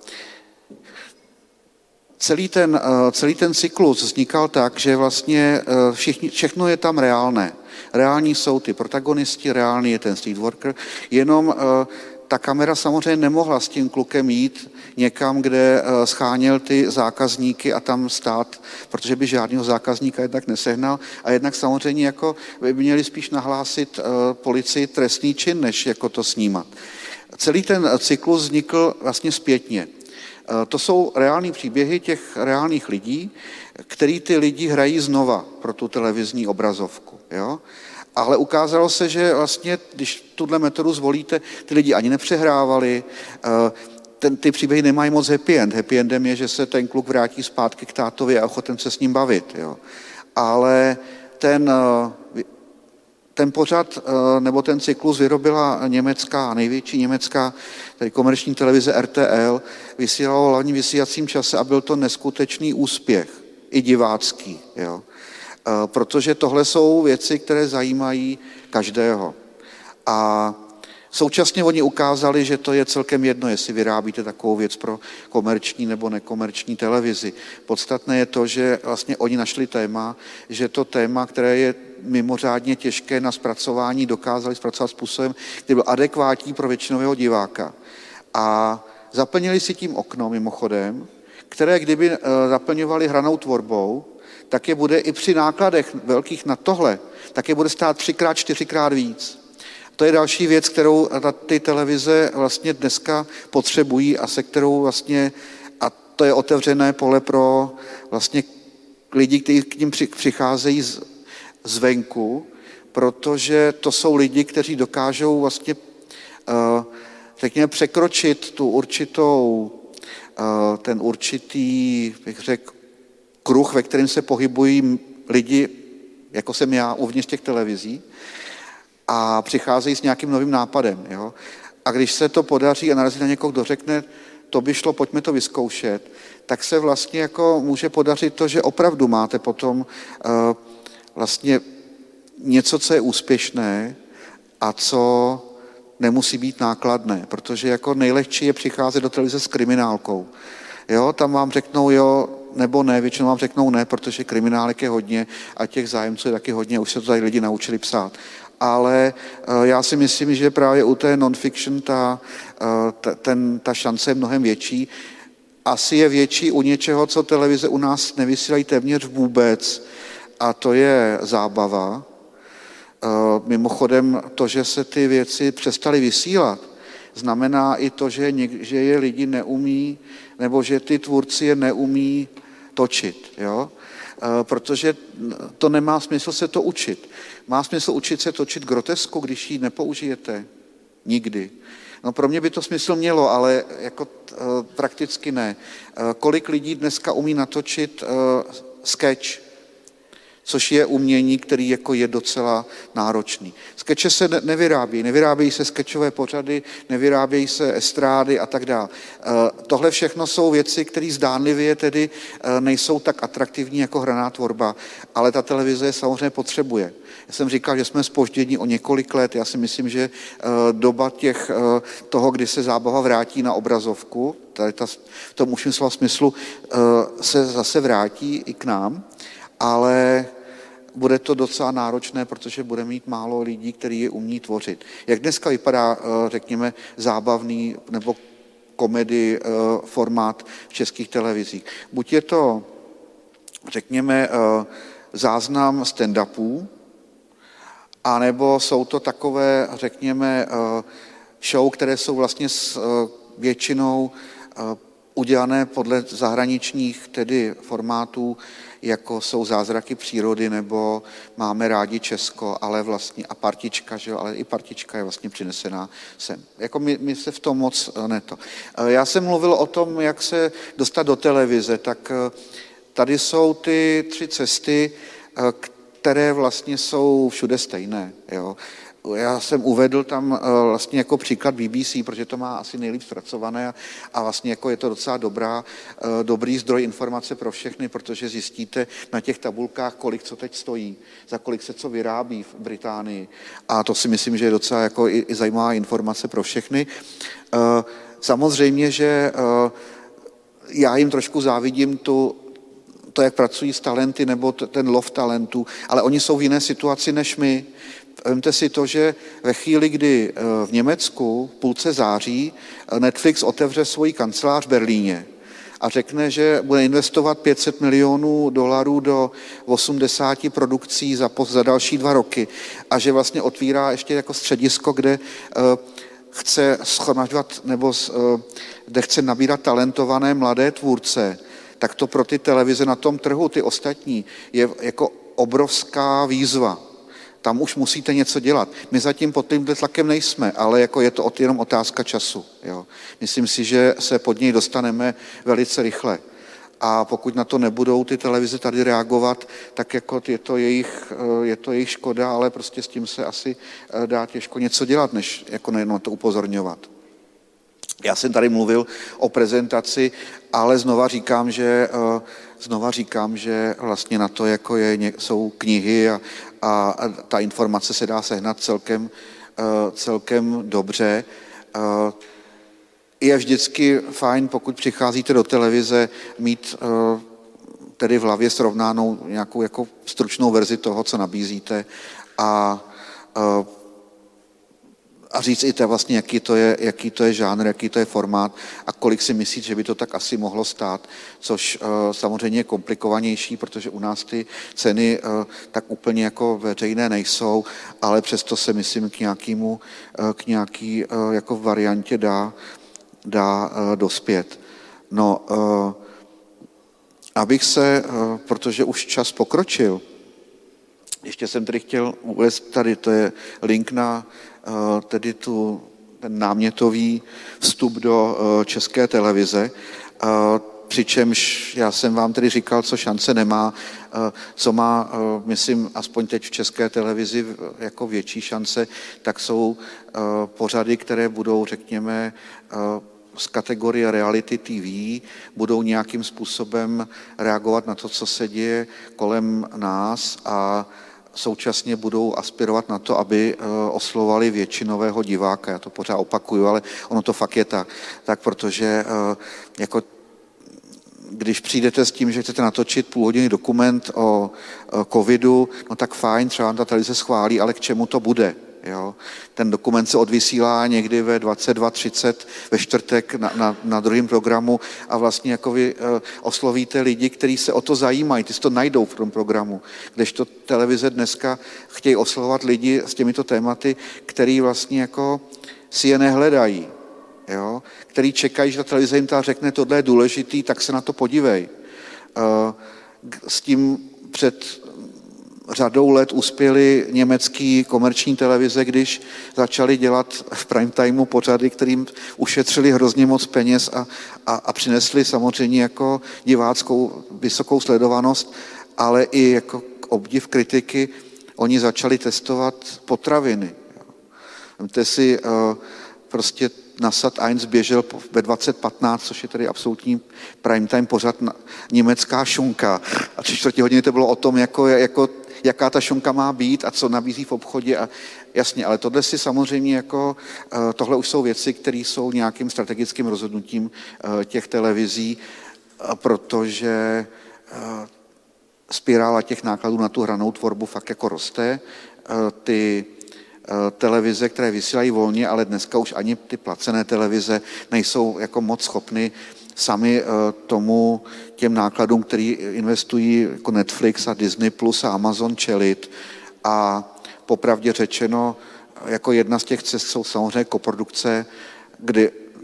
celý ten, celý ten cyklus vznikal tak, že vlastně všichni, všechno je tam reálné. Reální jsou ty protagonisti, reálný je ten streetworker, jenom ta kamera samozřejmě nemohla s tím klukem jít někam, kde scháněl ty zákazníky a tam stát, protože by žádného zákazníka jednak nesehnal a jednak samozřejmě jako by měli spíš nahlásit policii trestný čin, než jako to snímat. Celý ten cyklus vznikl vlastně zpětně. To jsou reální příběhy těch reálných lidí, který ty lidi hrají znova pro tu televizní obrazovku. Jo? Ale ukázalo se, že vlastně, když tuhle metodu zvolíte, ty lidi ani nepřehrávali, ten, ty příběhy nemají moc happy end. Happy endem je, že se ten kluk vrátí zpátky k tátovi a ochoten se s ním bavit. Jo? Ale ten, ten pořad nebo ten cyklus vyrobila německá, největší německá tedy komerční televize R T L, vysílalo v hlavním vysílacím čase a byl to neskutečný úspěch, i divácký. Jo? Protože tohle jsou věci, které zajímají každého. A současně oni ukázali, že to je celkem jedno, jestli vyrábíte takovou věc pro komerční nebo nekomerční televizi. Podstatné je to, že vlastně oni našli téma, že to téma, které je mimořádně těžké na zpracování, dokázali zpracovat způsobem, který byl adekvátní pro většinového diváka. A zaplnili si tím okno mimochodem, které kdyby zaplňovali hranou tvorbou, tak je bude i při nákladech velkých na tohle, tak je bude stát třikrát, čtyřikrát víc. To je další věc, kterou ty televize vlastně dneska potřebují a se kterou vlastně, a to je otevřené pole pro vlastně lidi, kteří k ním přicházejí z, zvenku, protože to jsou lidi, kteří dokážou vlastně, řekněme, překročit tu určitou, ten určitý, bych řekl, kruh, ve kterém se pohybují lidi, jako jsem já, uvnitř těch televizí a přicházejí s nějakým novým nápadem. Jo? A když se to podaří a narazí na někoho, kdo řekne, to by šlo, pojďme to vyzkoušet, tak se vlastně jako může podařit to, že opravdu máte potom uh, vlastně něco, co je úspěšné a co nemusí být nákladné, protože jako nejlehčí je přicházet do televize s kriminálkou. Jo, tam vám řeknou jo, nebo ne, většinou vám řeknou ne, protože kriminálek je hodně a těch zájemců je taky hodně, už se to tady lidi naučili psát. Ale já si myslím, že právě u té non-fiction ta, ta, ten, ta šance je mnohem větší. Asi je větší u něčeho, co televize u nás nevysílají téměř vůbec, a to je zábava. Mimochodem to, že se ty věci přestaly vysílat, znamená i to, že, něk, že je lidi neumí, nebo že ty tvůrci je neumí točit, jo? Protože to nemá smysl se to učit. Má smysl učit se točit grotesku, když ji nepoužijete? Nikdy. No pro mě by to smysl mělo, ale jako prakticky ne. Kolik lidí dneska umí natočit sketch, což je umění, který jako je docela náročný. Skeče se nevyrábí, nevyrábějí se skečové pořady, nevyrábějí se estrády a tak dále. Tohle všechno jsou věci, které zdánlivě tedy nejsou tak atraktivní jako hraná tvorba, ale ta televize je samozřejmě potřebuje. Já jsem říkal, že jsme zpoždění o několik let. Já si myslím, že doba těch, toho, kdy se zábava vrátí na obrazovku, tady ta, v tom užším slova smyslu, se zase vrátí i k nám, ale bude to docela náročné, protože bude mít málo lidí, kteří je umí tvořit. Jak dneska vypadá, řekněme, zábavný nebo komedy formát v českých televizích? Buď je to, řekněme, záznam stand-upů, anebo jsou to takové, řekněme, show, které jsou vlastně s většinou udělané podle zahraničních tedy formátů, jako jsou Zázraky přírody nebo Máme rádi Česko, ale vlastně a Partička, že jo, ale i Partička je vlastně přinesená sem. Jako my, my se v tom moc ne to. Já jsem mluvil o tom, jak se dostat do televize, tak tady jsou ty tři cesty, které vlastně jsou všude stejné, jo. Já jsem uvedl tam vlastně jako příklad B B C, protože to má asi nejlíp zpracované a vlastně jako je to docela dobrá, dobrý zdroj informace pro všechny, protože zjistíte na těch tabulkách, kolik co teď stojí, za kolik se co vyrábí v Británii. A to si myslím, že je docela jako i, i zajímavá informace pro všechny. Samozřejmě, že já jim trošku závidím tu to, jak pracují s talenty nebo ten lov talentů, ale oni jsou v jiné situaci než my. Vemte si to, že ve chvíli, kdy v Německu v půlce září Netflix otevře svoji kancelář v Berlíně a řekne, že bude investovat pět set milionů dolarů do osmdesáti produkcí za, za další dva roky a že vlastně otvírá ještě jako středisko, kde chce shromažďovat nebo kde chce nabírat talentované mladé tvůrce, tak to pro ty televize na tom trhu, ty ostatní, je jako obrovská výzva. Tam už musíte něco dělat. My zatím pod tímhle tlakem nejsme, ale jako je to jenom otázka času. Jo. Myslím si, že se pod něj dostaneme velice rychle. A pokud na to nebudou ty televize tady reagovat, tak jako je to jejich, je to jejich škoda, ale prostě s tím se asi dá těžko něco dělat, než jako nejenom to upozorňovat. Já jsem tady mluvil o prezentaci, ale znova říkám, že, znova říkám, že vlastně na to jako je, jsou knihy a, a ta informace se dá sehnat celkem, celkem dobře. Je vždycky fajn, pokud přicházíte do televize, mít tedy v hlavě srovnánou nějakou jako stručnou verzi toho, co nabízíte a a říct i to vlastně, jaký to je, jaký to je žánr, jaký to je formát a kolik si myslíte, že by to tak asi mohlo stát, což uh, samozřejmě je komplikovanější, protože u nás ty ceny uh, tak úplně jako veřejné nejsou, ale přesto se myslím k nějakému, uh, k nějaký uh, jako variantě dá, dá uh, dospět. No, uh, abych se, uh, protože už čas pokročil, ještě jsem tady chtěl uvést, tady to je link na tedy tu, ten námětový vstup do České televize, přičemž já jsem vám tedy říkal, co šance nemá, co má, myslím, aspoň teď v České televizi jako větší šance, tak jsou pořady, které budou, řekněme, z kategorie reality T V, budou nějakým způsobem reagovat na to, co se děje kolem nás a současně budou aspirovat na to, aby oslovovali většinového diváka. Já to pořád opakuju, ale ono to fakt je tak. Tak protože jako když přijdete s tím, že chcete natočit půlhodinný dokument o covidu, no tak fajn, třeba ta televize schválí, ale k čemu to bude? Jo? Ten dokument se odvysílá někdy ve dvacet dva třicet ve čtvrtek na, na, na druhém programu a vlastně jako vy uh, oslovíte lidi, kteří se o to zajímají, ty si to najdou v tom programu. Kdežto televize dneska chtějí oslovovat lidi s těmito tématy, který vlastně jako si je nehledají. Jo? Který čekají, že ta televize jim ta řekne, tohle je důležitý, tak se na to podívej. Uh, s tím před řadou let uspěly německý komerční televize, když začali dělat v prime timeu pořady, kterým ušetřili hrozně moc peněz a, a, a přinesli samozřejmě jako diváckou vysokou sledovanost, ale i jako obdiv kritiky, oni začali testovat potraviny. Víte si, prostě na Sat eins běžel ve dvacet patnáct, což je tedy absolutní prime time pořad na, německá šunka. A tři čtvrtě hodiny to bylo o tom, jako, jako jaká ta šunka má být a co nabízí v obchodě. A jasně, ale tohle si samozřejmě jako, tohle už jsou věci, které jsou nějakým strategickým rozhodnutím těch televizí, protože spirála těch nákladů na tu hranou tvorbu fakt jako roste. Ty televize, které vysílají volně, ale dneska už ani ty placené televize nejsou jako moc schopny sami tomu těm nákladům, který investují jako Netflix a Disney Plus a Amazon čelit. A popravdě řečeno, jako jedna z těch cest jsou samozřejmě koprodukce, kdy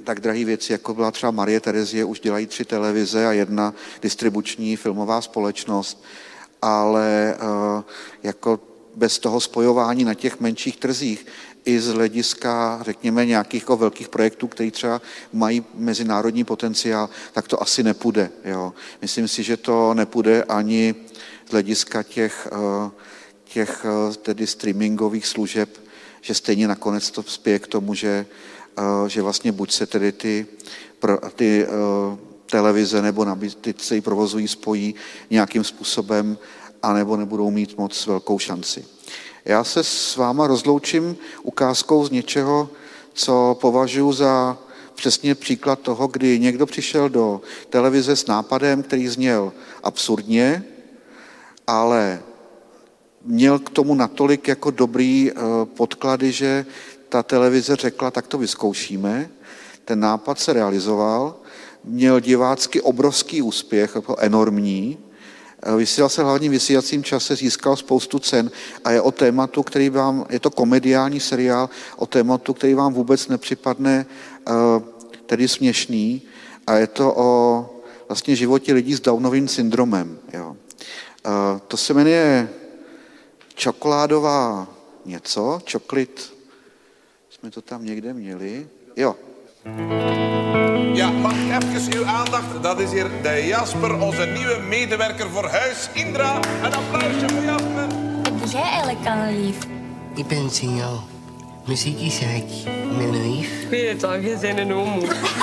tak drahé věci, jako byla třeba Marie Terezie, už dělají tři televize a jedna distribuční filmová společnost, ale jako bez toho spojování na těch menších trzích i z hlediska, řekněme, nějakých jako velkých projektů, které třeba mají mezinárodní potenciál, tak to asi nepůjde. Jo. Myslím si, že to nepůjde ani z hlediska těch, těch tedy streamingových služeb, že stejně nakonec to spěje k tomu, že, že vlastně buď se tedy ty, ty televize nebo ty se ji provozují, spojí nějakým způsobem, anebo nebudou mít moc velkou šanci. Já se s váma rozloučím ukázkou z něčeho, co považuji za přesně příklad toho, kdy někdo přišel do televize s nápadem, který zněl absurdně, ale měl k tomu natolik jako dobrý podklady, že ta televize řekla, tak to vyzkoušíme. Ten nápad se realizoval, měl divácky obrovský úspěch, jako enormní. Vysílal se hlavně v vysílacím čase, získal spoustu cen a je o tématu, který vám, je to komediální seriál, o tématu, který vám vůbec nepřipadne tedy směšný a je to o vlastně životě lidí s Downovým syndromem. Jo. To se jmenuje Čokoládová něco, čoklit, jsme to tam někde měli, jo. Ja, mag even uw aandacht. Dat is hier de Jasper, onze nieuwe medewerker voor huis. Indra, een applausje voor Jasper. Wat doe jij eigenlijk aan lief? Ik ben signaal. Muziek is gek. Met een lief. Ik weet het al, jij bent een homo.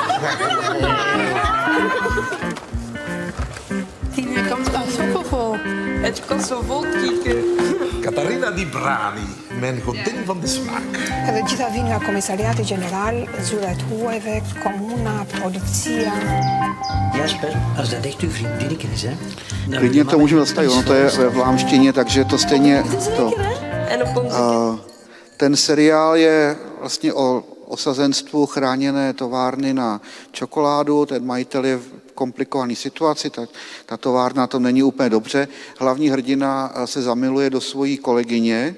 Die komt aan sokkelvol. Het kost zo vol kieken. Catarina Di Brani, mijn godin van de smaak. Hebben ci da vinna commissariato generale sulla tua effect comuna polizia. Jasper, als dat echt uw vriendinnetje is, hè? Klidně to můžeme zastavit, ono to je ve vlámštině, takže to stejně... To, uh, ten seriál je vlastně o osazenstvu chráněné továrny na čokoládu, ten majitel je v komplikované situaci, ta, ta továrna to není úplně dobře. Hlavní hrdina se zamiluje do svojí kolegyně,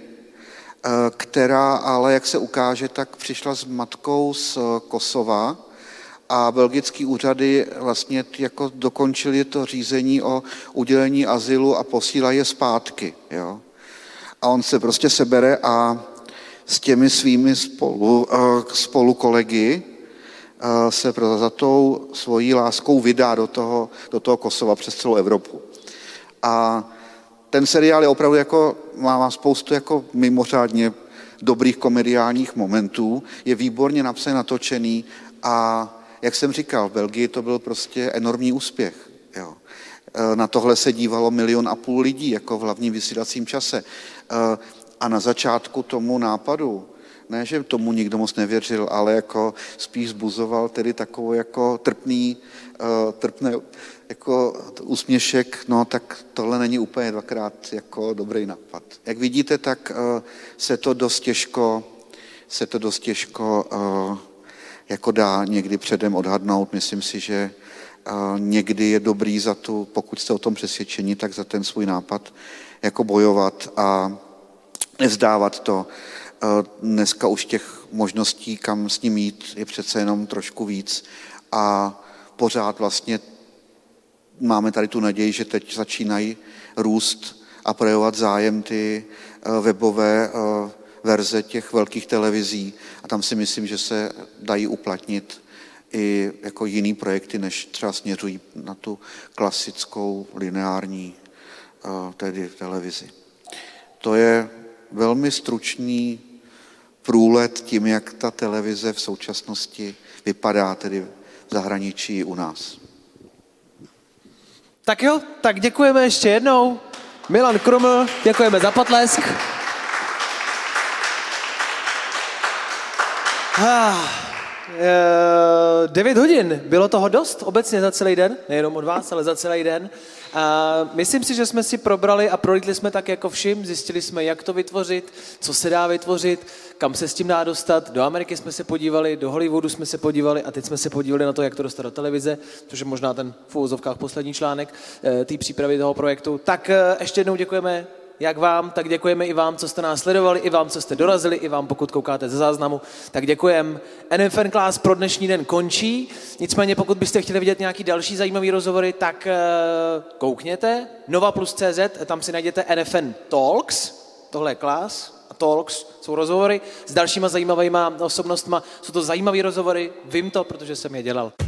která ale, jak se ukáže, tak přišla s matkou z Kosova a belgické úřady vlastně jako dokončili to řízení o udělení azylu a posílají je zpátky. Jo? A on se prostě sebere a s těmi svými spolu, spolu kolegy se za tou svojí láskou vydá do toho, do toho Kosova přes celou Evropu. A ten seriál je opravdu jako, má, má spoustu jako mimořádně dobrých komediálních momentů, je výborně napsaný, natočený a jak jsem říkal, v Belgii to byl prostě enormní úspěch. Jo. Na tohle se dívalo milion a půl lidí, jako v hlavním vysílacím čase. A na začátku tomu nápadu, ne, že tomu nikdo moc nevěřil, ale jako spíš zbuzoval tedy takovou jako trpný, trpné jako úsměšek, no tak tohle není úplně dvakrát jako dobrý nápad. Jak vidíte, tak se to dost těžko, se to dost těžko jako dá někdy předem odhadnout. Myslím si, že někdy je dobrý za tu, pokud jste o tom přesvědčení, tak za ten svůj nápad jako bojovat a nevzdávat to. Dneska už těch možností, kam s ním jít, je přece jenom trošku víc a pořád vlastně máme tady tu naději, že teď začínají růst a projevovat zájem ty webové verze těch velkých televizí a tam si myslím, že se dají uplatnit i jako jiný projekty, než třeba směřují na tu klasickou lineární tedy televizi. To je velmi stručný průlet tím, jak ta televize v současnosti vypadá, tedy v zahraničí u nás. Tak jo, tak děkujeme ještě jednou. Milan Kruml, děkujeme za potlesk. Ah, e, devět hodin, bylo toho dost obecně za celý den, nejenom od vás, ale za celý den. A myslím si, že jsme si probrali a prolítli jsme tak jako všim, zjistili jsme, jak to vytvořit, co se dá vytvořit, kam se s tím dá dostat. Do Ameriky jsme se podívali, do Hollywoodu jsme se podívali a teď jsme se podívali na to, jak to dostat do televize, což je možná ten v uvozovkách poslední článek té přípravy toho projektu. Tak ještě jednou děkujeme jak vám, tak děkujeme i vám, co jste nás sledovali, i vám, co jste dorazili, i vám, pokud koukáte ze záznamu, tak děkujeme. N F N Class pro dnešní den končí, nicméně pokud byste chtěli vidět nějaký další zajímavý rozhovory, tak uh, koukněte, nova plus C Z, tam si najděte N F N Talks, tohle je Class a Talks jsou rozhovory s dalšíma zajímavýma osobnostma, jsou to zajímavý rozhovory, vím to, protože jsem je dělal.